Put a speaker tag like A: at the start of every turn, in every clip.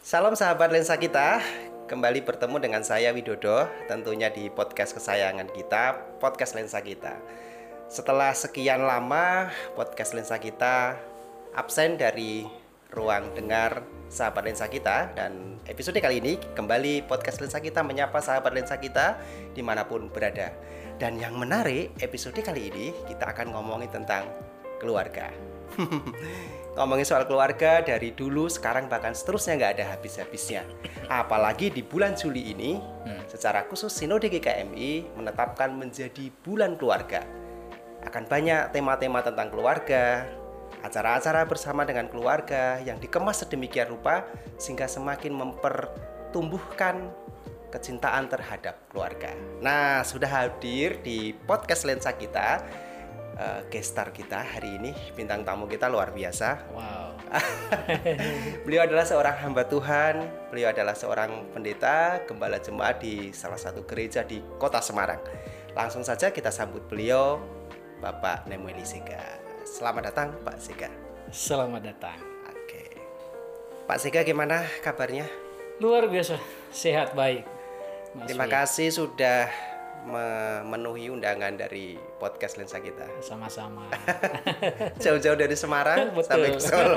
A: Salam sahabat lensa kita, kembali bertemu dengan saya Widodo, tentunya di podcast kesayangan kita, podcast lensa kita. Setelah sekian lama podcast lensa kita absen dari ruang dengar sahabat lensa kita, dan episode kali ini kembali podcast lensa kita menyapa sahabat lensa kita dimanapun berada. Dan yang menarik, episode kali ini kita akan ngomongin tentang keluarga. Ngomongin soal keluarga dari dulu, sekarang, bahkan seterusnya nggak ada habis-habisnya. Apalagi di bulan Juli ini, secara khusus Sinode GKMI menetapkan menjadi bulan keluarga. Akan banyak tema-tema tentang keluarga, acara-acara bersama dengan keluarga yang dikemas sedemikian rupa sehingga semakin mempertumbuhkan kecintaan terhadap keluarga. Nah, sudah hadir di podcast lensa kita guest star kita hari ini, bintang tamu kita luar biasa.
B: Wow.
A: Beliau adalah seorang hamba Tuhan. Beliau adalah seorang pendeta, gembala jemaat di salah satu gereja di Kota Semarang. Langsung saja kita sambut beliau, Bapak Nemueli Sega. Selamat datang, Pak Sega.
B: Selamat datang.
A: Oke. Pak Sega, gimana kabarnya?
B: Luar biasa, sehat baik.
A: Terima kasih sudah memenuhi undangan dari podcast lensa kita.
B: Sama-sama.
A: Jauh-jauh dari Semarang sampai ke Solo.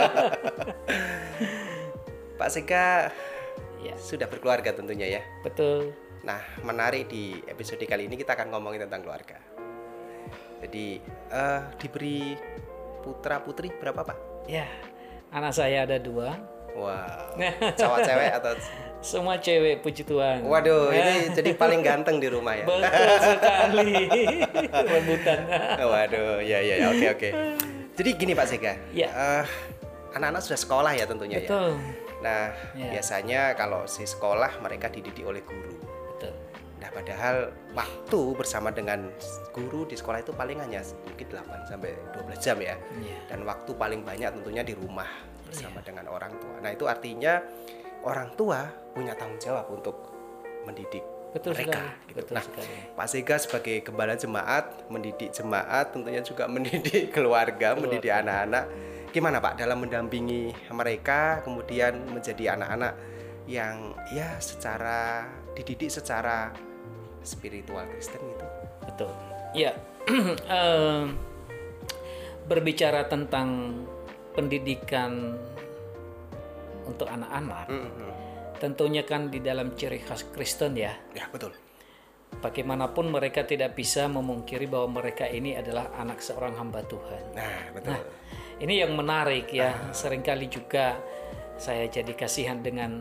A: Pak Sega sudah berkeluarga tentunya ya.
B: Betul.
A: Nah, menarik, di episode kali ini kita akan ngomongin tentang keluarga. Jadi diberi putra putri berapa, Pak?
B: Ya, anak saya ada 2.
A: Wow. Cowok cewek atau
B: semua cewek, puji Tuhan.
A: Waduh, ini jadi paling ganteng di rumah ya.
B: Betul sekali. Rebutan.
A: Waduh, ya, oke. Jadi gini Pak Sega,
B: ya.
A: Anak-anak sudah sekolah ya tentunya.
B: Betul.
A: Ya. Nah, biasanya kalau si sekolah mereka dididik oleh guru.
B: Betul.
A: Nah, padahal waktu bersama dengan guru di sekolah itu paling hanya mungkin 8 sampai 12 jam ya. Dan waktu paling banyak tentunya di rumah bersama dengan orang tua. Nah, itu artinya orang tua punya tanggung jawab untuk mendidik mereka. Gitu.
B: Betul sekali.
A: Pak Sega sebagai gembala jemaat, mendidik jemaat, tentunya juga mendidik keluarga, mendidik anak-anak. Gimana Pak dalam mendampingi mereka kemudian menjadi anak-anak yang ya secara dididik secara spiritual Kristen gitu?
B: Betul. Ya. Berbicara tentang pendidikan untuk anak-anak, tentunya kan di dalam ciri khas Kristen ya. Ya, betul. Bagaimanapun mereka tidak bisa memungkiri bahwa mereka ini adalah anak seorang hamba Tuhan.
A: Nah, betul.
B: Nah, ini yang menarik ya. Seringkali juga saya jadi kasihan dengan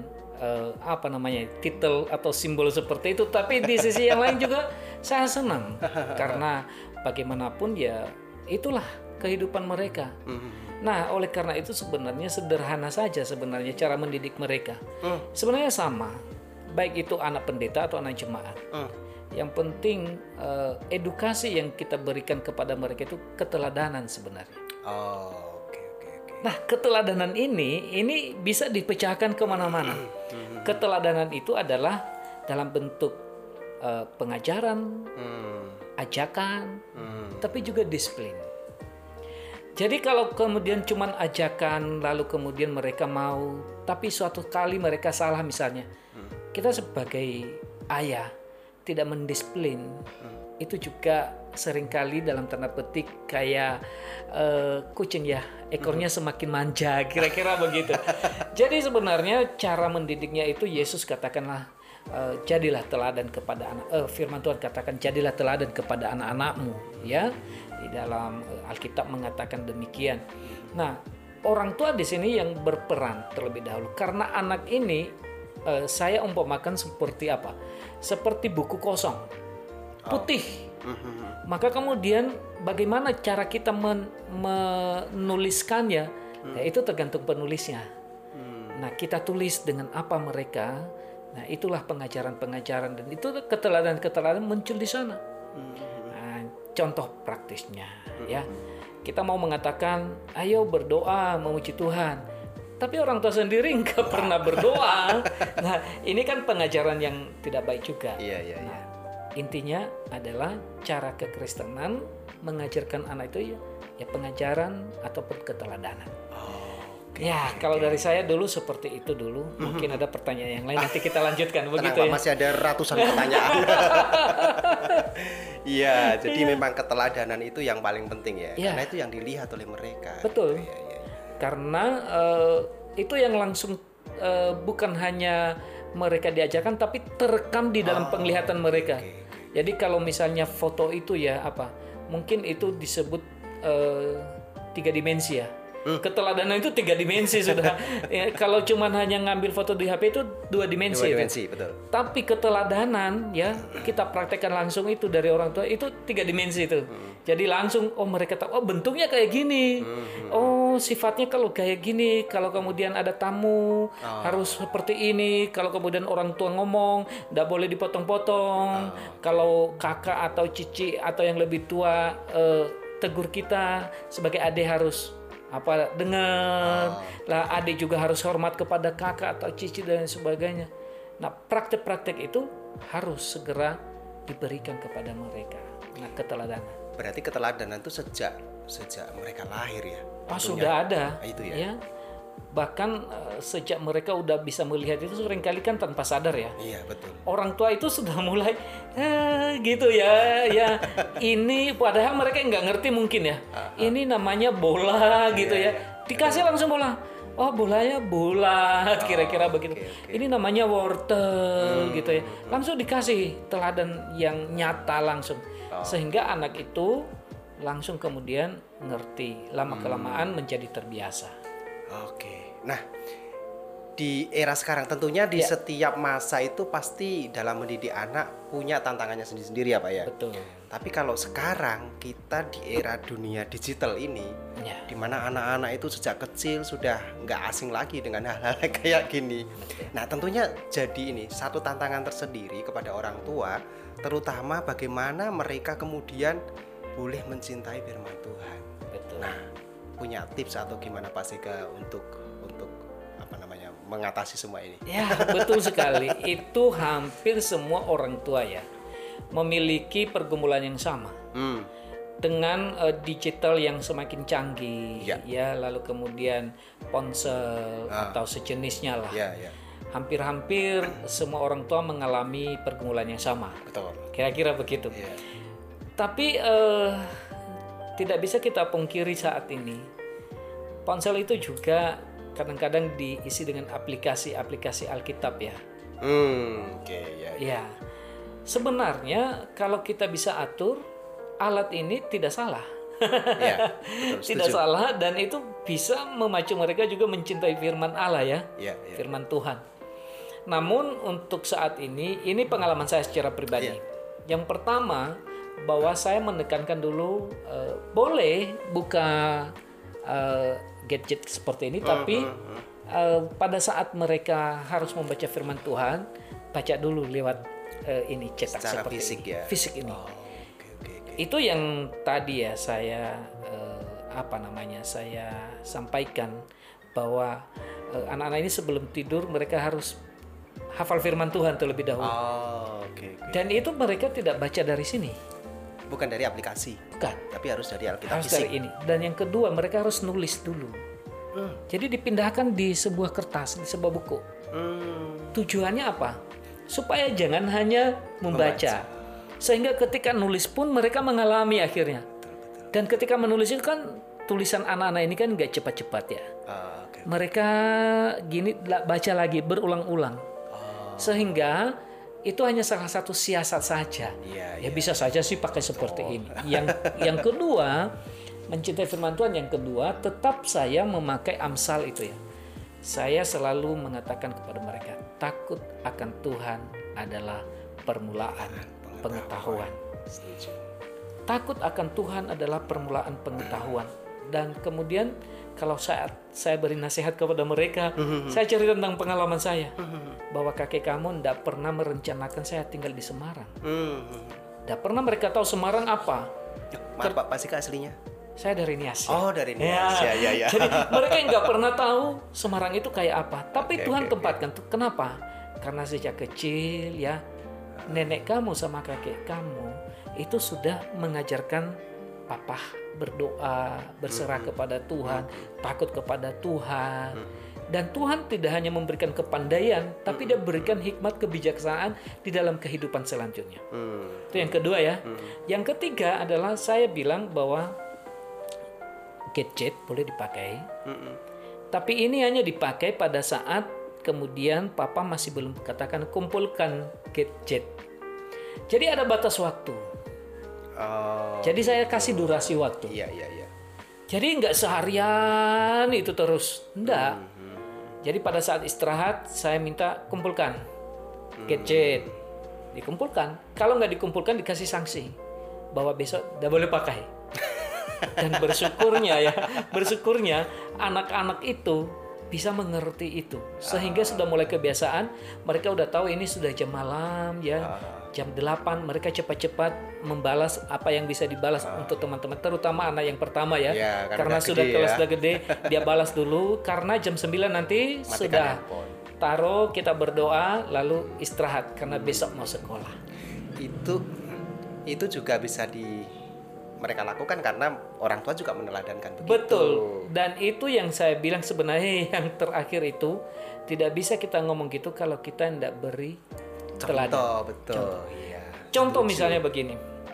B: titel atau simbol seperti itu. Tapi di sisi yang lain juga saya senang karena bagaimanapun ya itulah kehidupan mereka. Nah, oleh karena itu sebenarnya sederhana saja sebenarnya cara mendidik mereka. Sebenarnya sama, baik itu anak pendeta atau anak jemaat. Yang penting edukasi yang kita berikan kepada mereka itu keteladanan sebenarnya.
A: Oke.
B: Nah, keteladanan ini bisa dipecahkan kemana-mana. Keteladanan itu adalah dalam bentuk pengajaran, ajakan, tapi juga disiplin. Jadi kalau kemudian cuman ajakan lalu kemudian mereka mau, tapi suatu kali mereka salah misalnya, kita sebagai ayah tidak mendisiplin, itu juga seringkali dalam tanda petik kayak kucing ya, ekornya semakin manja, kira-kira begitu. Jadi sebenarnya cara mendidiknya itu Yesus katakanlah, jadilah teladan kepada anak. Firman Tuhan katakan jadilah teladan kepada anak-anakmu, ya. Di dalam Alkitab mengatakan demikian. Nah, orang tua di sini yang berperan terlebih dahulu karena anak ini saya umpamakan seperti apa? Seperti buku kosong, putih. Maka kemudian bagaimana cara kita menuliskannya? Ya, itu tergantung penulisnya. Nah, kita tulis dengan apa mereka? Nah, itulah pengajaran-pengajaran dan itu keteladanan muncul di sana. Contoh praktisnya ya, kita mau mengatakan ayo berdoa memuji Tuhan, tapi orang tua sendiri nggak pernah berdoa. Nah, ini kan pengajaran yang tidak baik juga. Nah, intinya adalah cara kekristenan mengajarkan anak itu ya pengajaran ataupun keteladanan. Ya, kalau dari saya dulu seperti itu dulu. Mungkin ada pertanyaan yang lain, nanti kita lanjutkan.
A: Tenang
B: Begitu
A: Pak,
B: ya.
A: masih ada ratusan pertanyaan. Iya, jadi memang keteladanan itu yang paling penting ya.
B: Iya.
A: Karena itu yang dilihat oleh mereka.
B: Betul.
A: Iya, iya.
B: Karena itu yang langsung bukan hanya mereka diajarkan, tapi terekam di dalam penglihatan mereka. Jadi kalau misalnya foto itu ya apa, mungkin itu disebut 3 dimensi ya. Keteladanan itu 3 dimensi sudah. Ya, kalau cuman hanya ngambil foto di HP itu 2 dimensi.
A: 2 dimensi, betul.
B: Tapi keteladanan ya kita praktekkan langsung itu dari orang tua itu 3 dimensi itu. Jadi langsung mereka tahu bentuknya kayak gini. Oh sifatnya kalau kayak gini. Kalau kemudian ada tamu harus seperti ini. Kalau kemudian orang tua ngomong nggak boleh dipotong-potong. Kalau kakak atau cici atau yang lebih tua tegur kita sebagai adik harus dengar lah, adik juga harus hormat kepada kakak atau cici dan sebagainya. Nah praktek-praktek itu harus segera diberikan kepada mereka. Nah keteladanan
A: berarti keteladanan itu sejak mereka lahir ya.
B: Sudah ada
A: itu ya.
B: Bahkan sejak mereka udah bisa melihat itu seringkali kan tanpa sadar ya.
A: Iya betul.
B: Orang tua itu sudah mulai gitu ya. Ini padahal mereka nggak ngerti mungkin ya. Ini namanya bola gitu ya. Dikasih langsung bola. Oh bolanya bulat kira-kira begitu. Ini namanya wortel gitu ya. Langsung dikasih teladan yang nyata langsung. Sehingga anak itu langsung kemudian ngerti. Lama-kelamaan menjadi terbiasa.
A: Oke. Nah, di era sekarang tentunya di setiap masa itu pasti dalam mendidik anak punya tantangannya sendiri-sendiri ya Pak ya.
B: Betul.
A: Tapi kalau sekarang kita di era dunia digital ini, di mana anak-anak itu sejak kecil sudah nggak asing lagi dengan hal-hal kayak gini. Nah, tentunya jadi ini satu tantangan tersendiri kepada orang tua, terutama bagaimana mereka kemudian boleh mencintai firman Tuhan.
B: Betul.
A: Nah, punya tips atau gimana Pak Sega untuk mengatasi semua ini?
B: Ya betul sekali. Itu hampir semua orang tua ya memiliki pergumulan yang sama dengan digital yang semakin canggih ya, lalu kemudian ponsel atau sejenisnya lah. Hampir-hampir semua orang tua mengalami pergumulan yang sama.
A: Betul.
B: Kira-kira begitu. Tapi tidak bisa kita pungkiri saat ini ponsel itu juga kadang-kadang diisi dengan aplikasi-aplikasi Alkitab ya. Ya. Sebenarnya kalau kita bisa atur alat ini tidak salah.
A: Betul,
B: tidak salah, dan itu bisa memacu mereka juga mencintai firman Allah ya. Firman Tuhan. Namun untuk saat ini pengalaman saya secara pribadi. Yang pertama, bahwa saya menekankan dulu boleh buka gadget seperti ini, tapi pada saat mereka harus membaca firman Tuhan, baca dulu lewat ini cetak
A: secara
B: seperti
A: fisik
B: ini.
A: Ya.
B: Fisik ini.
A: Okay.
B: Itu yang tadi ya saya saya sampaikan bahwa anak-anak ini sebelum tidur mereka harus hafal firman Tuhan terlebih dahulu. Dan itu mereka tidak baca dari sini.
A: Bukan dari aplikasi.
B: Bukan.
A: Tapi harus dari Alkitab
B: harus
A: fisik.
B: dari ini. Dan yang kedua, mereka harus nulis dulu. Jadi dipindahkan di sebuah kertas, di sebuah buku. Tujuannya apa? Supaya jangan hanya membaca. Sehingga ketika nulis pun mereka mengalami akhirnya. Dan ketika menulis itu kan tulisan anak-anak ini kan nggak cepat-cepat ya. Mereka gini baca lagi berulang-ulang. Sehingga itu hanya salah satu siasat saja. Ya bisa saja sih pakai seperti ini. Yang kedua, mencintai firman Tuhan yang kedua, tetap saya memakai Amsal itu ya. Saya selalu mengatakan kepada mereka, takut akan Tuhan adalah permulaan pengetahuan. Takut akan Tuhan adalah permulaan pengetahuan. Dan kemudian kalau saat saya beri nasihat kepada mereka, saya cerita tentang pengalaman saya. Bahwa kakek kamu tidak pernah merencanakan saya tinggal di Semarang. Tidak pernah mereka tahu Semarang apa.
A: Maaf Pak, pasti aslinya?
B: Saya dari Nias.
A: Oh, dari Nias. Ya.
B: Jadi mereka nggak pernah tahu Semarang itu kayak apa. Tapi Tuhan tempatkan. Kenapa? Karena sejak kecil ya, nenek kamu sama kakek kamu itu sudah mengajarkan papa berdoa, berserah kepada Tuhan, takut kepada Tuhan. Dan Tuhan tidak hanya memberikan kepandaian, tapi Dia berikan hikmat kebijaksanaan di dalam kehidupan selanjutnya. Itu yang kedua ya. Yang ketiga adalah saya bilang bahwa gadget boleh dipakai, tapi ini hanya dipakai pada saat kemudian papa masih belum katakan kumpulkan gadget. Jadi ada batas waktu. Jadi saya kasih durasi waktu.
A: Iya.
B: Jadi nggak seharian itu terus, enggak. Jadi pada saat istirahat saya minta kumpulkan gadget, dikumpulkan. Kalau nggak dikumpulkan dikasih sanksi bahwa besok nggak boleh pakai. Dan bersyukurnya anak-anak itu bisa mengerti itu, sehingga sudah mulai kebiasaan. Mereka udah tahu ini sudah jam malam ya. Jam 8 mereka cepat-cepat membalas apa yang bisa dibalas untuk teman-teman, terutama anak yang pertama ya. Karena sudah kelas sudah gede, dia balas dulu karena jam 9 nanti matikan sudah handphone. Taruh, kita berdoa lalu istirahat karena besok mau sekolah.
A: Itu juga bisa mereka lakukan karena orang tua juga meneladankan begitu.
B: Betul. Dan itu yang saya bilang sebenarnya yang terakhir itu tidak bisa kita ngomong gitu kalau kita tidak beri teladan.
A: Betul. Iya.
B: Contoh misalnya begini,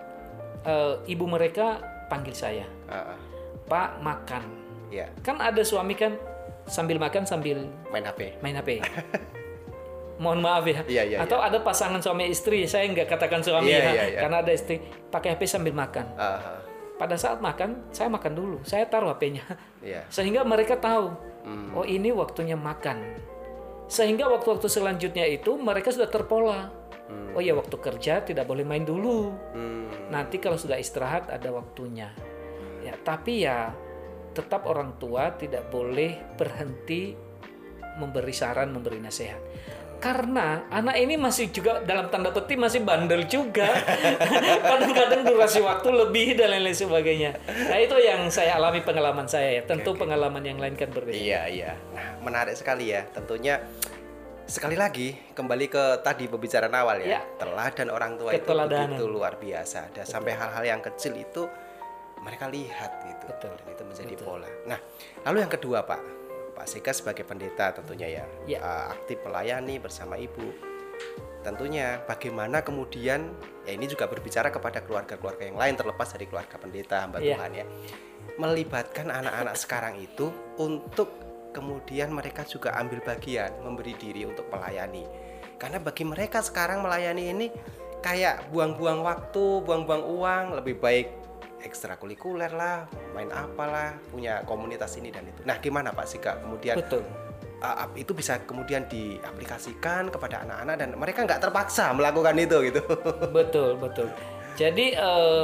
B: ibu mereka panggil saya, Pak makan.
A: Iya.
B: Kan ada suami kan sambil makan sambil
A: main HP.
B: Mohon maaf ya.
A: Iya.
B: Atau ada pasangan suami istri, saya nggak katakan suami karena ada istri pakai HP sambil makan. Pada saat makan, saya makan dulu, saya taruh HP-nya, sehingga mereka tahu, oh ini waktunya makan. Sehingga waktu-waktu selanjutnya itu mereka sudah terpola. Oh ya waktu kerja tidak boleh main dulu. Nanti kalau sudah istirahat ada waktunya. Ya, tapi ya tetap orang tua tidak boleh berhenti memberi saran, memberi nasihat. Karena anak ini masih juga dalam tanda petik masih bandel juga. Kadang-kadang durasi waktu lebih dan lain-lain sebagainya. Nah itu yang saya alami pengalaman saya ya. Tentu pengalaman yang lain kan berbeda.
A: Iya. Nah menarik sekali ya. Tentunya sekali lagi kembali ke tadi pembicaraan awal ya. Teladan orang tua itu begitu luar biasa. Dan sampai hal-hal yang kecil itu mereka lihat gitu.
B: Betul.
A: Dan itu menjadi pola. Nah lalu yang kedua Pak Sika sebagai pendeta tentunya aktif melayani bersama ibu. Tentunya bagaimana kemudian ini juga berbicara kepada keluarga-keluarga yang lain terlepas dari keluarga pendeta hamba Tuhan ya. Melibatkan anak-anak sekarang itu untuk kemudian mereka juga ambil bagian, memberi diri untuk melayani. Karena bagi mereka sekarang melayani ini kayak buang-buang waktu, buang-buang uang, lebih baik ekstrakurikuler lah, main apalah, punya komunitas ini dan itu. Nah, gimana Pak Sika kemudian itu bisa kemudian diaplikasikan kepada anak-anak dan mereka nggak terpaksa melakukan itu gitu.
B: Betul. Jadi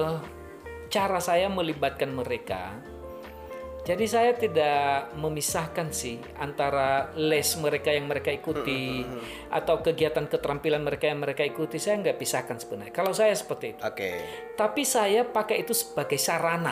B: cara saya melibatkan mereka. Jadi saya tidak memisahkan sih antara les mereka yang mereka ikuti atau kegiatan keterampilan mereka yang mereka ikuti. Saya nggak pisahkan sebenarnya. Kalau saya seperti itu. Tapi saya pakai itu sebagai sarana.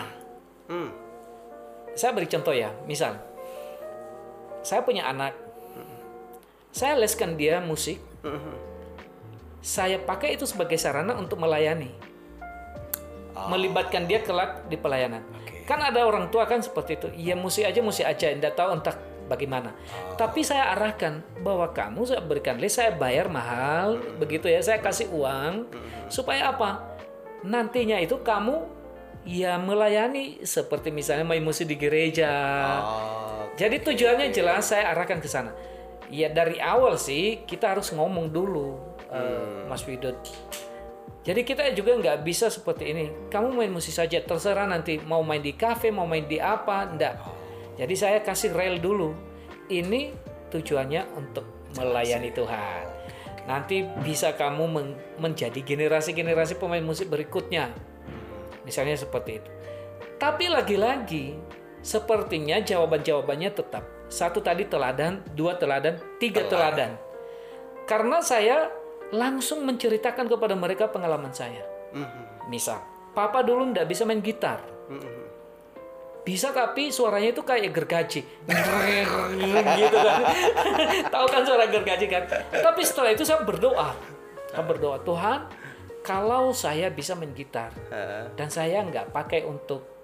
B: Saya beri contoh ya. Misal, saya punya anak. Saya leskan dia musik. Saya pakai itu sebagai sarana untuk melayani. Melibatkan dia kelak di pelayanan. Kan ada orang tua kan seperti itu. Iya musik aja, enggak tahu entah bagaimana. Tapi saya arahkan bahwa kamu saya berikan les, saya bayar mahal, begitu ya. Saya kasih uang supaya apa? Nantinya itu kamu ya melayani seperti misalnya main musik di gereja. Jadi tujuannya jelas saya arahkan ke sana. Ya dari awal sih kita harus ngomong dulu, Mas Widot. Jadi kita juga nggak bisa seperti ini. Kamu main musik saja, terserah nanti mau main di kafe, mau main di apa, enggak. Jadi saya kasih rel dulu. Ini tujuannya untuk melayani Tuhan. Nanti bisa kamu menjadi generasi-generasi pemain musik berikutnya. Misalnya seperti itu. Tapi lagi-lagi, sepertinya jawaban-jawabannya tetap. 1 tadi teladan, 2 teladan, 3 teladan. Karena saya langsung menceritakan kepada mereka pengalaman saya. Misal, papa dulu nggak bisa main gitar. Bisa tapi suaranya itu kayak gergaji. Gitu kan. Tahu kan suara gergaji kan? Tapi setelah itu saya berdoa. Tuhan, kalau saya bisa main gitar dan saya nggak pakai untuk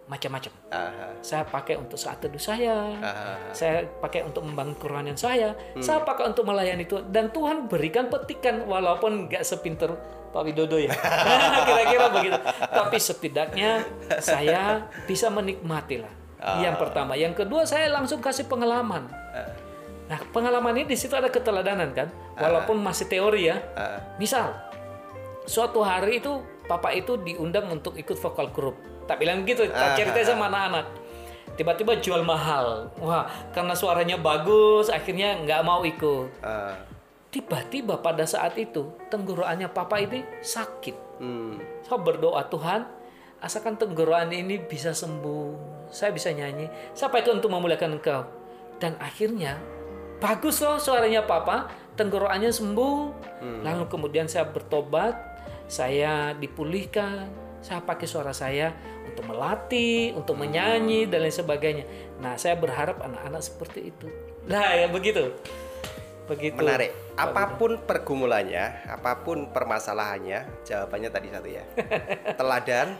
B: macam-macam.
A: Aha.
B: Saya pakai untuk saat teduh saya,
A: Aha.
B: saya pakai untuk membangun kerohanian saya pakai untuk melayani Tuhan. Dan Tuhan berikan petikan, walaupun nggak sepinter Pak Widodo ya, kira-kira begitu. Tapi setidaknya saya bisa menikmati lah. Yang pertama, yang kedua saya langsung kasih pengalaman. Nah, pengalaman ini di situ ada keteladanan kan, walaupun masih teori ya. Misal, suatu hari itu Papa itu diundang untuk ikut vokal group. Tak bilang gitu, tak cerita sama anak-anak. Tiba-tiba jual mahal. Wah, karena suaranya bagus, akhirnya nggak mau ikut. Tiba-tiba pada saat itu tenggorokannya Papa ini sakit. Saya berdoa, Tuhan, asalkan tenggorokan ini bisa sembuh, saya bisa nyanyi, saya pakai untuk memuliakan Engkau. Dan akhirnya bagus loh suaranya Papa, tenggorokannya sembuh. Lalu kemudian saya bertobat, saya dipulihkan, saya pakai suara saya untuk melatih, untuk menyanyi dan lain sebagainya. Nah, saya berharap anak-anak seperti itu. Nah, ya begitu. Begitu.
A: Menarik. Apapun pergumulannya, apapun permasalahannya, jawabannya tadi satu ya. Teladan,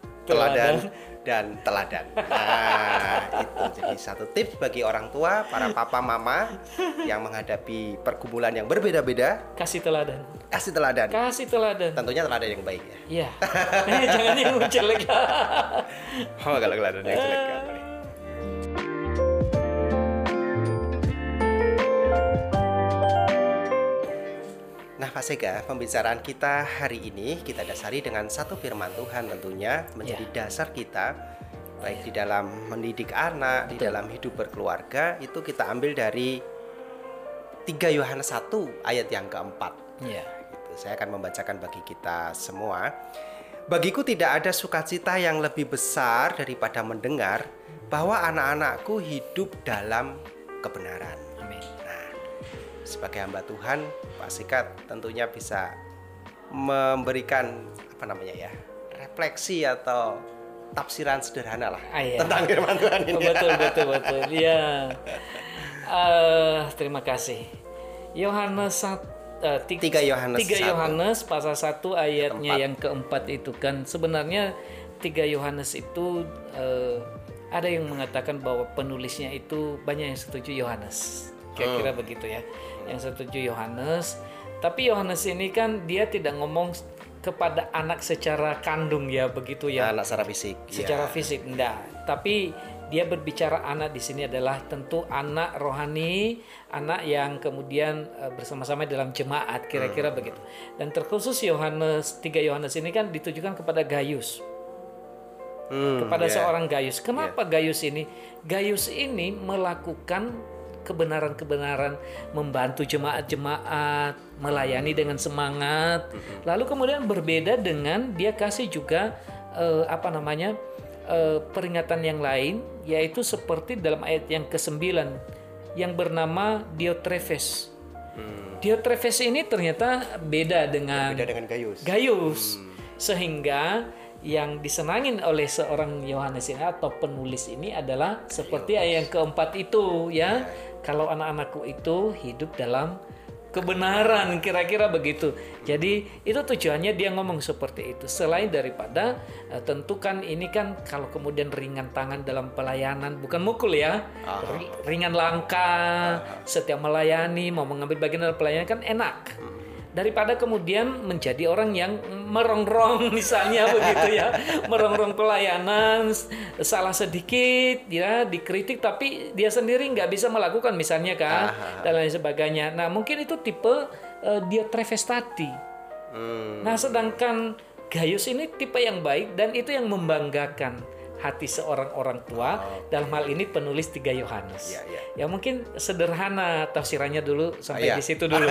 A: dan teladan. Nah, itu jadi satu tips bagi orang tua, para papa mama yang menghadapi pergumulan yang berbeda-beda.
B: Kasih teladan.
A: Kasih teladan.
B: Kasih teladan.
A: Tentunya teladan yang baik ya.
B: Iya. Jangan yang jelek.
A: Oh, kalau teladan yang jelek nggak boleh. Nah, Pak Sega, pembicaraan kita hari ini kita dasari dengan satu firman Tuhan tentunya menjadi dasar kita baik di dalam mendidik anak, di dalam hidup berkeluarga. Itu kita ambil dari 3 Yohanes 1 ayat yang keempat.
B: Iya.
A: Gitu. Saya akan membacakan bagi kita semua. Bagiku tidak ada sukacita yang lebih besar daripada mendengar bahwa anak-anakku hidup dalam kebenaran.
B: Amin.
A: Sebagai hamba Tuhan, Pak Sikat tentunya bisa memberikan refleksi atau tafsiran sederhana lah tentang firman Tuhan ini.
B: Betul. Iya. Terima kasih. Yohanes 3 Yohanes pasal 1 ayatnya yang keempat itu kan sebenarnya 3 Yohanes itu ada yang mengatakan bahwa penulisnya itu banyak yang setuju Yohanes. Kira-kira begitu ya. Yang setuju Yohanes. Tapi Yohanes ini kan dia tidak ngomong kepada anak secara kandung ya, begitu ya.
A: Anak secara fisik.
B: Secara fisik enggak. Tapi dia berbicara anak di sini adalah tentu anak rohani, anak yang kemudian bersama-sama dalam jemaat, kira-kira begitu. Dan terkhusus 3 Yohanes ini kan ditujukan kepada Gaius. Kepada seorang Gaius. Kenapa Gaius ini? Gaius ini melakukan kebenaran-kebenaran, membantu jemaat-jemaat, melayani dengan semangat. Lalu kemudian berbeda dengan dia kasih juga peringatan yang lain, yaitu seperti dalam ayat yang ke-9 yang bernama Diotrephes. Diotrephes ini ternyata beda dengan Gaius. Sehingga yang disenangin oleh seorang Yohanes ini atau penulis ini adalah seperti ayat yang keempat itu ya. Kalau anak-anakku itu hidup dalam kebenaran, kira-kira begitu. Jadi itu tujuannya dia ngomong seperti itu. Selain daripada tentu kan ini kan kalau kemudian ringan tangan dalam pelayanan, bukan mukul ya, ringan langkah, setiap melayani mau mengambil bagian dalam pelayanan kan enak. Daripada kemudian menjadi orang yang merongrong misalnya begitu ya, merongrong pelayanan, salah sedikit ya dikritik tapi dia sendiri nggak bisa melakukan misalnya kan dan lain sebagainya. Nah mungkin itu tipe Diotrephes tadi. Nah sedangkan Gaius ini tipe yang baik dan itu yang membanggakan hati seorang orang tua, dalam hal ini penulis 3 Yohanes. Ya mungkin sederhana tafsirannya dulu sampai di situ dulu.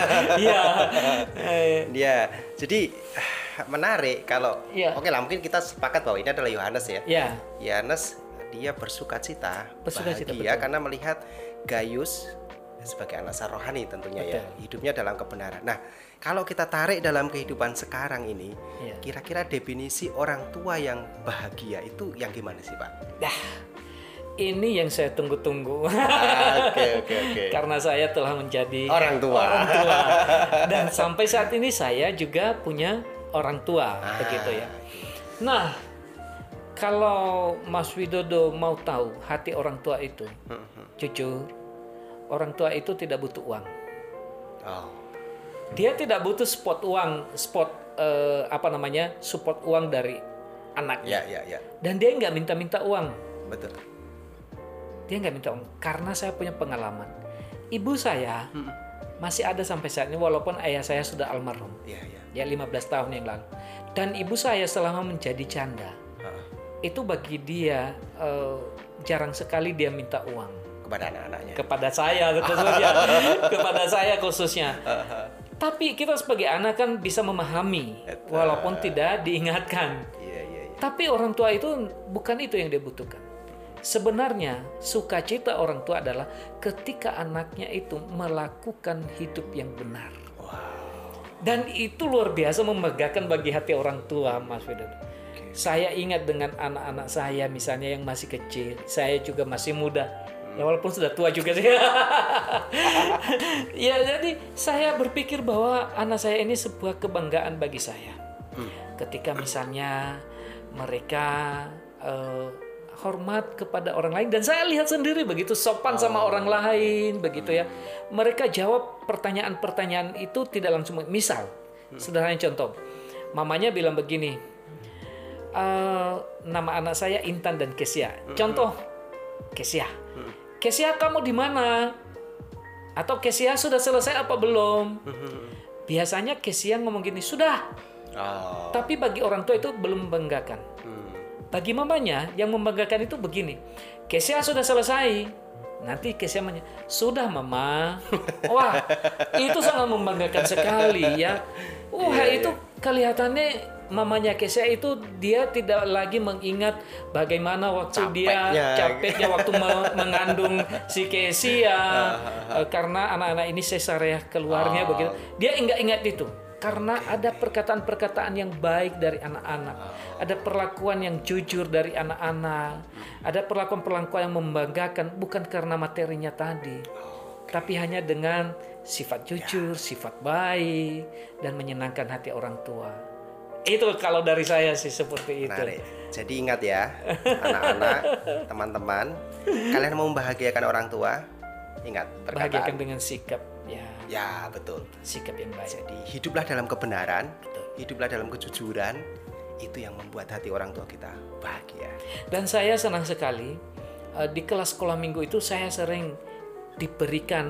A: Iya. Jadi menarik kalau oke lah mungkin kita sepakat bahwa ini adalah Yohanes ya. Yohanes dia bersukacita, bahagia karena melihat Gaius sebagai anak rohani tentunya ya, hidupnya dalam kebenaran. Nah, kalau kita tarik dalam kehidupan sekarang ini, kira-kira definisi orang tua yang bahagia itu yang gimana sih, Pak?
B: Ini yang saya tunggu-tunggu.
A: Oke.
B: Karena saya telah menjadi
A: orang tua.
B: Dan sampai saat ini saya juga punya orang tua, begitu ya. Nah, Kalau Mas Widodo mau tahu hati orang tua itu, jujur, orang tua itu tidak butuh uang.
A: Oh.
B: Dia tidak butuh support uang dari anaknya.
A: Ya.
B: Dan dia nggak minta-minta uang.
A: Betul.
B: Dia nggak minta uang karena saya punya pengalaman. Ibu saya masih ada sampai saat ini walaupun ayah saya sudah almarhum. Ya 15 tahun yang lalu. Dan ibu saya selama menjadi janda, itu bagi dia jarang sekali dia minta uang
A: kepada anak-anaknya.
B: Kepada saya khususnya. Kepada saya khususnya. Tapi kita sebagai anak kan bisa memahami walaupun tidak diingatkan. Tapi orang tua itu bukan itu yang dia butuhkan. Sebenarnya sukacita orang tua adalah ketika anaknya itu melakukan hidup yang benar. Dan itu luar biasa membanggakan bagi hati orang tua, Mas Widodo. Saya ingat dengan anak-anak saya misalnya yang masih kecil, saya juga masih muda. Ya walaupun sudah tua juga sih. Ya jadi saya berpikir bahwa anak saya ini sebuah kebanggaan bagi saya. Ketika misalnya mereka hormat kepada orang lain dan saya lihat sendiri begitu sopan sama orang lain begitu ya. Mereka jawab pertanyaan-pertanyaan itu tidak langsung. Misal, sederhana contoh, mamanya bilang begini, nama anak saya Intan dan Kesia. Contoh, Kesia. Kesia kamu di mana? Atau Kesia sudah selesai apa belum? Biasanya Kesia ngomong gini, sudah. Tapi bagi orang tua itu belum membanggakan. Bagi mamanya yang membanggakan itu begini, Kesia sudah selesai. Nanti Kesia nanya, sudah mama. Wah, itu sangat membanggakan sekali ya. Itu kelihatannya mamanya Kesia itu dia tidak lagi mengingat bagaimana waktu capeknya waktu mengandung si Kesia karena anak-anak ini cesarean keluarnya begitu. Dia enggak ingat itu. Karena ada perkataan-perkataan yang baik dari anak-anak, ada perlakuan yang jujur dari anak-anak, ada perlakuan-perlakuan yang membanggakan bukan karena materinya tadi, tapi hanya dengan sifat jujur, sifat baik, dan menyenangkan hati orang tua. Itu kalau dari saya sih seperti itu.
A: Menarik. Jadi ingat ya, anak-anak, teman-teman, kalian mau membahagiakan orang tua, ingat perkataan.
B: Bahagiakan dengan sikap.
A: Ya betul.
B: Sikap yang baik.
A: Jadi hiduplah dalam kebenaran, hiduplah dalam kejujuran. Itu yang membuat hati orang tua kita bahagia.
B: Dan saya senang sekali di kelas sekolah minggu itu saya sering diberikan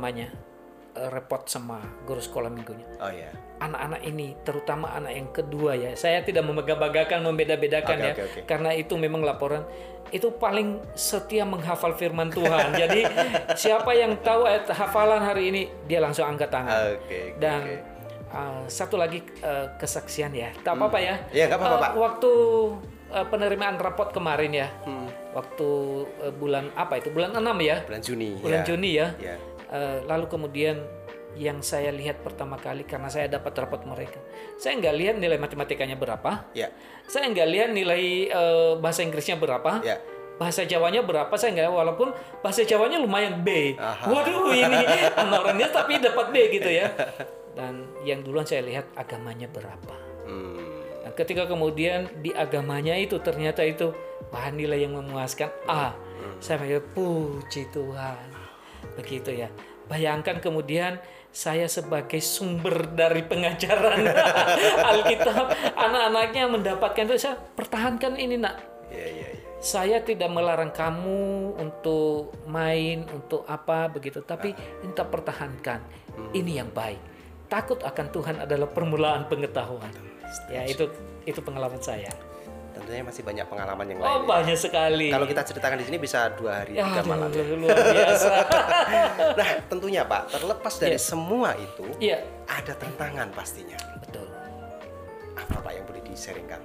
B: repot sama guru sekolah minggunya. Anak-anak ini, terutama anak yang kedua ya. Saya tidak membangga-banggakan, membeda-bedakan okay. Karena itu memang laporan. Itu paling setia menghafal firman Tuhan. Jadi siapa yang tahu ayat hafalan hari ini, dia langsung angkat tangan. Dan satu lagi kesaksian ya. Tak apa-apa ya.
A: Iya, nggak apa-apa, Pak.
B: Waktu penerimaan rapot kemarin ya. Waktu bulan apa itu? Bulan 6 ya?
A: Bulan Juni.
B: Bulan Juni ya. Lalu kemudian yang saya lihat pertama kali karena saya dapat rapot mereka, saya nggak lihat nilai matematikanya berapa, saya nggak lihat nilai bahasa Inggrisnya berapa, bahasa Jawanya berapa, saya nggak, walaupun bahasa Jawanya lumayan B. Waduh, ini orangnya tapi dapat B gitu ya. Dan yang duluan saya lihat agamanya berapa. Nah, ketika kemudian di agamanya itu ternyata itu bahan nilai yang memuaskan A, saya pikir puji Tuhan. Begitu ya. Bayangkan kemudian saya sebagai sumber dari pengajaran Alkitab, anak-anaknya mendapatkan itu, saya pertahankan ini nak. Saya tidak melarang kamu untuk main, untuk apa begitu, tapi minta pertahankan. Ini yang baik. Takut akan Tuhan adalah permulaan pengetahuan. Ya itu pengalaman saya.
A: Tentunya masih banyak pengalaman yang lain.
B: Banyak sekali.
A: Kalau kita ceritakan di sini bisa 2 hari 3 malam.
B: Luar biasa.
A: Nah, tentunya Pak, terlepas dari semua itu, ada tantangan pastinya.
B: Betul.
A: Apa Pak yang boleh di-sharingkan?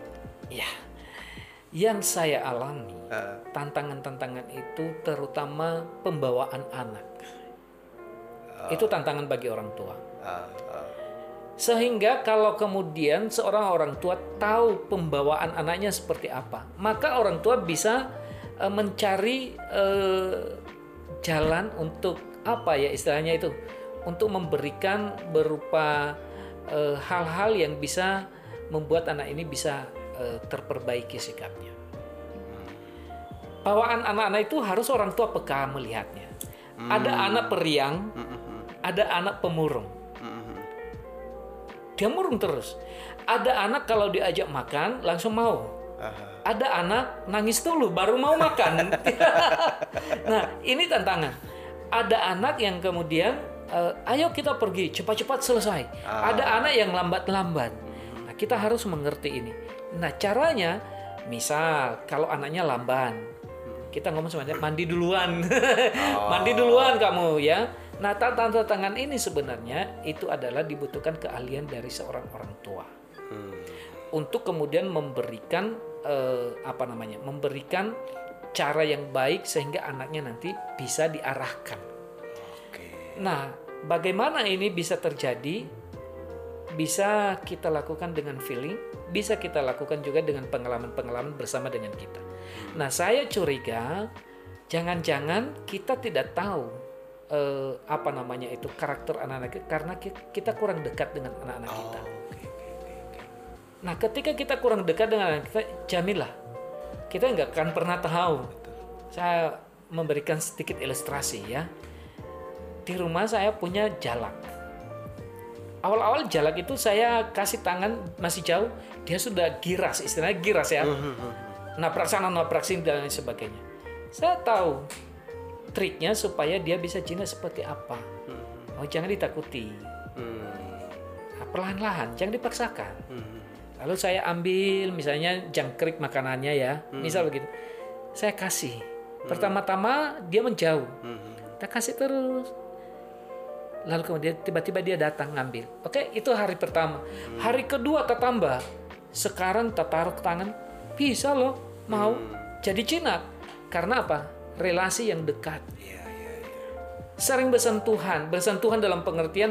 B: Yang saya alami, tantangan-tantangan itu terutama pembawaan anak. Itu tantangan bagi orang tua. Sehingga kalau kemudian seorang orang tua tahu pembawaan anaknya seperti apa, maka orang tua bisa mencari jalan untuk apa ya istilahnya itu, untuk memberikan berupa hal-hal yang bisa membuat anak ini bisa terperbaiki sikapnya. bawaan anak-anak itu harus orang tua peka melihatnya. Ada anak periang, ada anak pemurung. Dia murung terus. Ada anak kalau diajak makan langsung mau. Ada anak nangis dulu baru mau makan. Nah, ini tantangan. Ada anak yang kemudian ayo kita pergi, cepat-cepat selesai. Ada anak yang lambat-lambat. Nah, kita harus mengerti ini. Nah, caranya misal kalau anaknya lamban, kita ngomong semuanya mandi duluan. Mandi duluan kamu ya. Nah, tantangan ini sebenarnya itu adalah dibutuhkan keahlian dari seorang orang tua. Untuk kemudian memberikan memberikan cara yang baik sehingga anaknya nanti bisa diarahkan. Nah, bagaimana ini bisa terjadi? Bisa kita lakukan dengan feeling, bisa kita lakukan juga dengan pengalaman-pengalaman bersama dengan kita. Nah, saya curiga jangan-jangan kita tidak tahu karakter anak-anak kita karena kita kurang dekat dengan anak-anak kita. Nah, ketika kita kurang dekat dengan anak kita, jaminlah kita nggak akan pernah tahu. Saya memberikan sedikit ilustrasi ya. Di rumah saya punya jalak. Awal-awal jalak itu saya kasih tangan masih jauh, dia sudah giras, istilahnya giras ya. Naprak sana, naprak sini dan lain sebagainya. Saya tahu triknya supaya dia bisa jinak seperti apa. Oh, jangan ditakuti. Nah, perlahan-lahan, jangan dipaksakan. Lalu saya ambil misalnya jangkrik makanannya ya, misal begitu. Saya kasih. Pertama-tama dia menjauh. Kita kasih terus. Lalu kemudian tiba-tiba dia datang ngambil. Oke, itu hari pertama. Hari kedua tak tambah. Sekarang tak taruh ke tangan. Bisa loh, mau. Jadi jinak. Karena apa? Relasi yang dekat. Sering bersentuhan dalam pengertian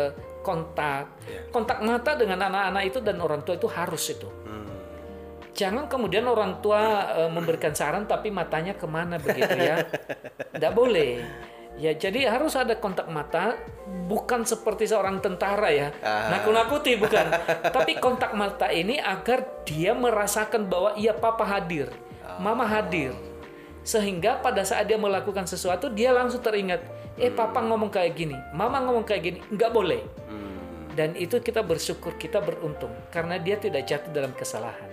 B: kontak mata dengan anak-anak itu dan orang tua itu harus itu. Jangan kemudian orang tua memberikan saran tapi matanya kemana begitu ya. Tidak boleh. Ya, jadi harus ada kontak mata, bukan seperti seorang tentara ya, nakut-nakuti bukan. Tapi kontak mata ini agar dia merasakan bahwa iya papa hadir, mama hadir. Sehingga pada saat dia melakukan sesuatu, dia langsung teringat, papa ngomong kayak gini, mama ngomong kayak gini, nggak boleh. Dan itu kita bersyukur, kita beruntung, karena dia tidak jatuh dalam kesalahan.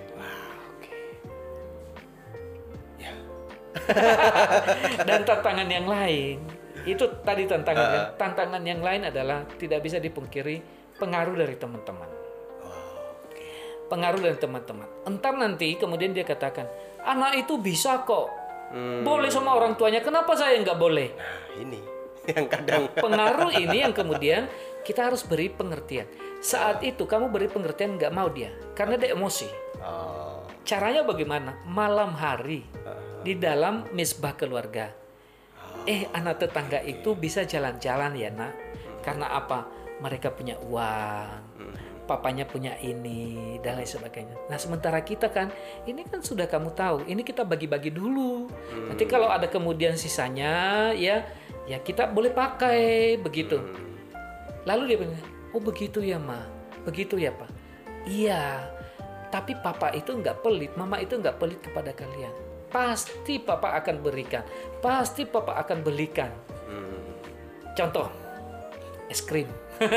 B: Dan tantangan yang lain, itu tadi tantangan. Tantangan yang lain adalah tidak bisa dipungkiri pengaruh dari teman-teman. Pengaruh dari teman-teman. Entar nanti kemudian dia katakan, anak itu bisa kok, boleh sama orang tuanya, kenapa saya nggak boleh?
A: Nah, ini yang kadang
B: pengaruh ini yang kemudian kita harus beri pengertian. Saat itu kamu beri pengertian nggak mau dia, karena dia emosi. Caranya bagaimana? Malam hari di dalam misbah keluarga. Anak tetangga itu bisa jalan-jalan ya nak. Karena apa? Mereka punya uang, papanya punya ini, dan lain sebagainya. Nah sementara kita kan, ini kan sudah kamu tahu, ini kita bagi-bagi dulu. Nanti kalau ada kemudian sisanya, ya kita boleh pakai, begitu. Lalu dia bilang, oh begitu ya ma, begitu ya pak. Iya, tapi papa itu nggak pelit, mama itu nggak pelit kepada kalian. Pasti papa akan berikan, pasti papa akan belikan. Contoh, es krim.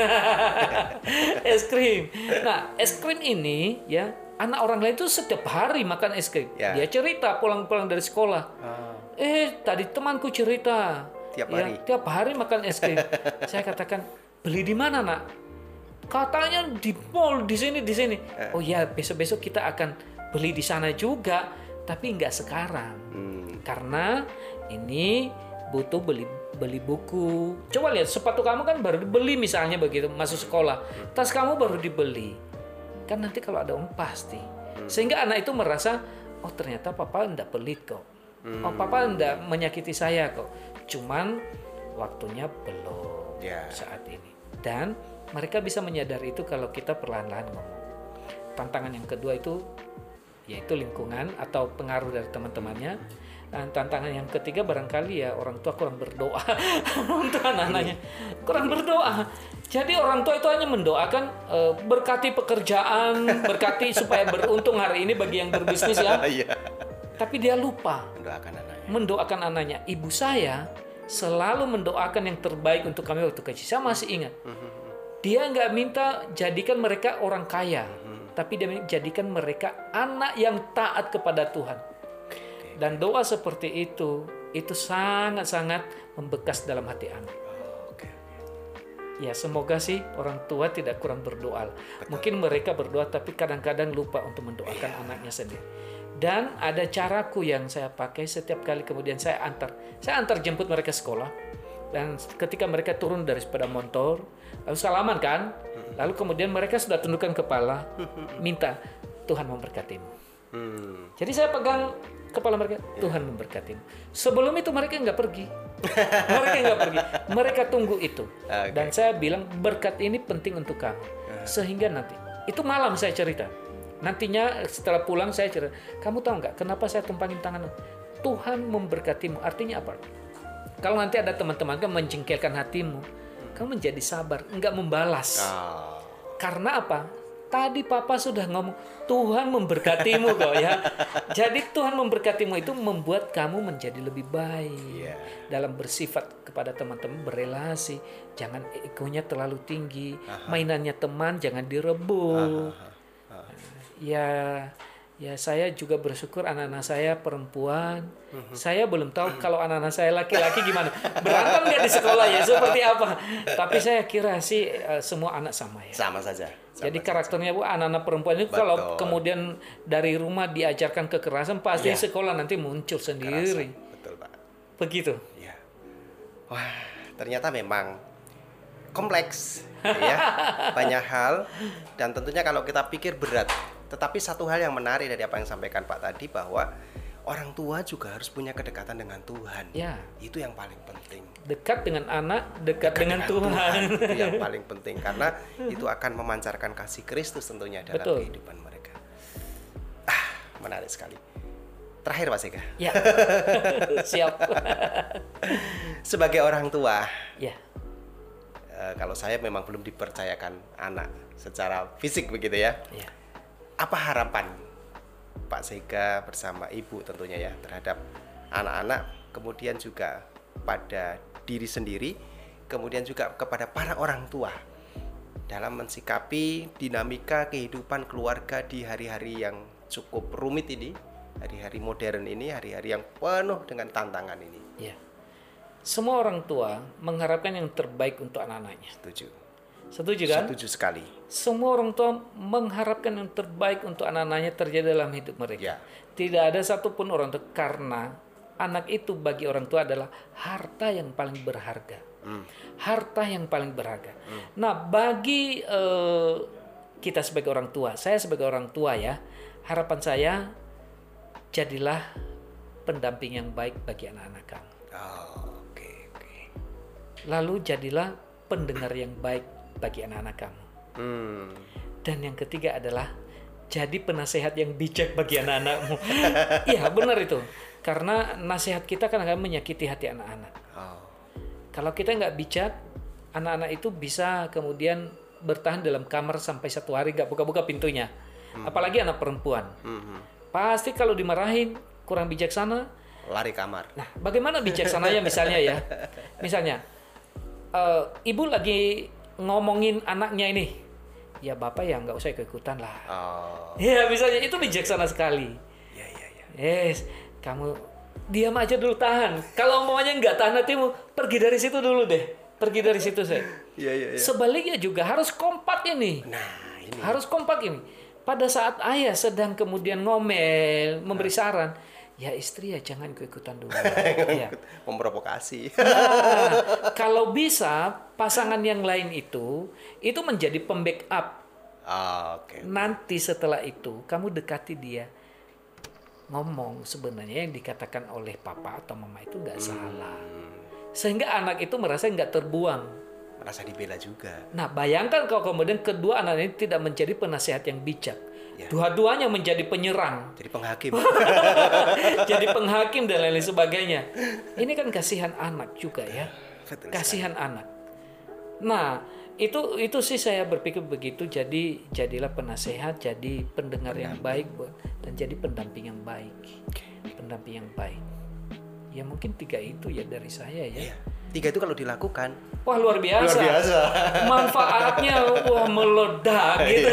B: Es krim. Nah, es krim ini ya, anak orang lain itu setiap hari makan es krim. Dia cerita pulang-pulang dari sekolah. Tadi temanku cerita. Tiap hari makan es krim. Saya katakan, beli di mana nak? Katanya di mall, di sini. Oh ya, besok-besok kita akan beli di sana juga. Tapi nggak sekarang, karena ini butuh beli buku. Coba lihat, sepatu kamu kan baru dibeli misalnya begitu, masuk sekolah. Tas kamu baru dibeli. Kan nanti kalau ada uang pasti. Sehingga anak itu merasa, oh ternyata papa nggak pelit kok. Oh papa nggak menyakiti saya kok. Cuman waktunya belum saat ini. Dan mereka bisa menyadari itu kalau kita perlahan-lahan ngomong. Tantangan yang kedua itu yaitu lingkungan atau pengaruh dari teman-temannya. Dan tantangan yang ketiga barangkali ya orang tua kurang berdoa untuk anak-anaknya. Kurang berdoa. Jadi orang tua itu hanya mendoakan berkati pekerjaan, berkati supaya beruntung hari ini bagi yang berbisnis ya. Tapi dia lupa
A: mendoakan anaknya.
B: Ibu saya selalu mendoakan yang terbaik untuk kami waktu kecil. Saya masih ingat. Dia nggak minta jadikan mereka orang kaya, tapi dia jadikan mereka anak yang taat kepada Tuhan. Dan doa seperti itu sangat-sangat membekas dalam hati anak. Ya, semoga sih orang tua tidak kurang berdoa. Mungkin mereka berdoa tapi kadang-kadang lupa untuk mendoakan anaknya sendiri. Dan ada caraku yang saya pakai setiap kali kemudian saya antar jemput mereka sekolah. Dan ketika mereka turun dari sepeda motor, lalu salaman kan, lalu kemudian mereka sudah tundukkan kepala, minta Tuhan memberkatimu. Jadi saya pegang kepala mereka, Tuhan memberkatimu. Sebelum itu mereka nggak pergi. Mereka tunggu itu. Dan saya bilang berkat ini penting untuk kamu. Sehingga nanti, itu malam saya cerita. Nantinya setelah pulang saya cerita, kamu tahu nggak kenapa saya tumpangin tangan? Tuhan memberkatimu. Artinya apa? Kalau nanti ada teman-teman kan menjengkelkan hatimu, kamu menjadi sabar, nggak membalas. Karena apa? Tadi Papa sudah ngomong, Tuhan memberkatimu kok ya. Jadi Tuhan memberkatimu itu membuat kamu menjadi lebih baik. Dalam bersifat kepada teman-teman, berelasi. Jangan egonya terlalu tinggi. Mainannya teman jangan direbut. Ya saya juga bersyukur anak-anak saya perempuan. Saya belum tahu kalau anak-anak saya laki-laki gimana. Berantem nggak di sekolah ya, seperti apa. Tapi saya kira sih semua anak sama ya.
A: Sama saja.
B: Jadi karakternya Bu, anak-anak perempuan itu kalau kemudian dari rumah diajarkan kekerasan, pasti sekolah nanti muncul sendiri.
A: Betul, Pak.
B: Begitu.
A: Ya. Wah, ternyata memang kompleks ya. Banyak hal dan tentunya kalau kita pikir berat. Tetapi satu hal yang menarik dari apa yang disampaikan Pak tadi, bahwa orang tua juga harus punya kedekatan dengan Tuhan.
B: Ya.
A: Itu yang paling penting.
B: Dekat dengan anak, dekat dengan Tuhan.
A: Itu yang paling penting karena itu akan memancarkan kasih Kristus tentunya dalam kehidupan mereka. Menarik sekali. Terakhir Pak Sega.
B: Ya. Siap.
A: Sebagai orang tua.
B: Ya.
A: Kalau saya memang belum dipercayakan anak secara fisik begitu ya.
B: Ya.
A: Apa harapan Pak Sega bersama Ibu tentunya ya terhadap anak-anak, kemudian juga pada diri sendiri, kemudian juga kepada para orang tua dalam mensikapi dinamika kehidupan keluarga di hari-hari yang cukup rumit ini, hari-hari modern ini, hari-hari yang penuh dengan tantangan ini?
B: Ya. Semua orang tua mengharapkan yang terbaik untuk anak-anaknya. Setuju kan?
A: Setuju sekali.
B: Semua orang tua mengharapkan yang terbaik untuk anak-anaknya terjadi dalam hidup mereka. Tidak ada satupun orang tua, karena anak itu bagi orang tua adalah harta yang paling berharga. Harta yang paling berharga. Nah, bagi kita sebagai orang tua, saya sebagai orang tua ya, harapan saya jadilah pendamping yang baik bagi anak-anak kamu. Lalu jadilah pendengar yang baik bagi anak-anak kamu. Dan yang ketiga adalah jadi penasehat yang bijak bagi anak-anakmu. Iya, benar itu. Karena nasihat kita kan akan menyakiti hati anak-anak. Kalau kita nggak bijak, anak-anak itu bisa kemudian bertahan dalam kamar sampai 1 hari nggak buka-buka pintunya. Apalagi anak perempuan. Pasti kalau dimarahin kurang bijaksana,
A: lari kamar.
B: Nah, bagaimana bijaksananya misalnya ya? Misalnya, ibu lagi ngomongin anaknya ini, ya bapak ya nggak usah ikut-ikutan lah. Ya misalnya itu bijaksana sekali. Yes, kamu diam aja dulu, tahan. Kalau umpamanya nggak tahan hatimu, pergi dari situ dulu deh. Pergi dari situ saya. Sebaliknya juga harus kompak ini.
A: Nah, ini.
B: Harus kompak ini. Pada saat ayah sedang kemudian ngomel, memberi saran, ya istri ya jangan ikut-ikutan dulu. Ya.
A: Memprovokasi.
B: Nah, kalau bisa pasangan yang lain itu menjadi pembackup. Nanti setelah itu kamu dekati dia, ngomong sebenarnya yang dikatakan oleh papa atau mama itu nggak salah, sehingga anak itu merasa nggak terbuang,
A: merasa dibela juga.
B: Nah, bayangkan kalau kemudian kedua anak ini tidak menjadi penasehat yang bijak. Dua-duanya menjadi penyerang,
A: jadi penghakim.
B: Jadi penghakim dan lain-lain sebagainya. Ini kan kasihan anak juga ya.
A: Betul
B: kasihan sekali. Anak. Nah, itu sih saya berpikir begitu. Jadi jadilah penasehat, jadi pendengar yang baik dan jadi pendamping yang baik. pendamping yang baik. Ya mungkin 3 itu ya dari saya ya.
A: Iya. 3 itu kalau dilakukan,
B: Wah luar biasa.
A: luar biasa.
B: Manfaatnya wah meledak gitu.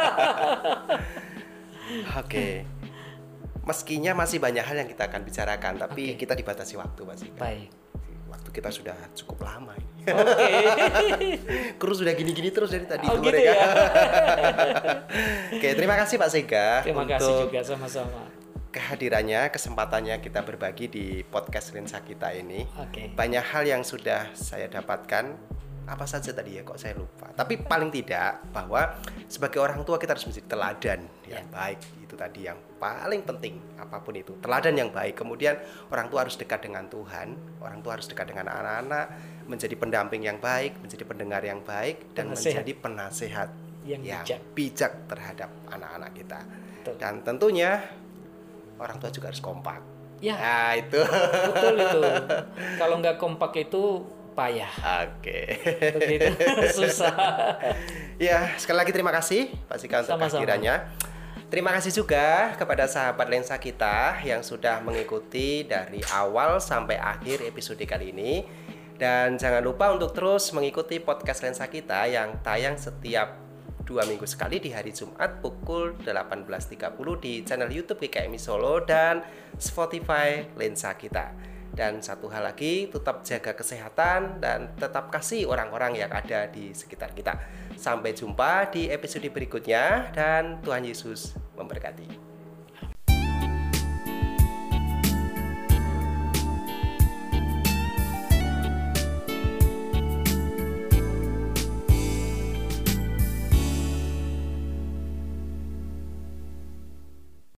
A: Oke. Meskinya masih banyak hal yang kita akan bicarakan, tapi kita dibatasi waktu, Pak Sika.
B: Baik.
A: Waktu kita sudah cukup lama ini.
B: Oke.
A: Kru sudah gini-gini terus dari tadi
B: Oh,
A: itu
B: gitu
A: mereka.
B: ya.
A: Oke, terima kasih Pak Sega
B: Terima kasih juga sama-sama.
A: kehadirannya, kesempatannya kita berbagi di podcast Lensa kita ini.
B: Oke.
A: Banyak hal yang sudah saya dapatkan. Apa saja tadi ya, kok saya lupa. Tapi paling tidak bahwa sebagai orang tua kita harus menjadi teladan yang baik. Itu tadi yang paling penting, apapun itu. Teladan yang baik. Kemudian orang tua harus dekat dengan Tuhan, orang tua harus dekat dengan anak-anak, menjadi pendamping yang baik, menjadi pendengar yang baik, dan menjadi penasehat yang bijak terhadap anak-anak kita.
B: Betul.
A: Dan tentunya orang tua juga harus kompak.
B: Ya.
A: Nah, itu.
B: Betul itu. Kalau nggak kompak itu payah.
A: Oke.
B: Begitu. Susah.
A: Ya, sekali lagi terima kasih Pak Sika untuk kehadirannya. Terima kasih juga kepada sahabat lensa kita yang sudah mengikuti dari awal sampai akhir episode kali ini. Dan jangan lupa untuk terus mengikuti podcast lensa kita yang tayang setiap 2 minggu sekali di hari Jumat pukul 18.30 di channel YouTube GKMI Solo dan Spotify Lensa Kita. Dan satu hal lagi, tetap jaga kesehatan dan tetap kasih orang-orang yang ada di sekitar kita. Sampai jumpa di episode berikutnya dan Tuhan Yesus memberkati.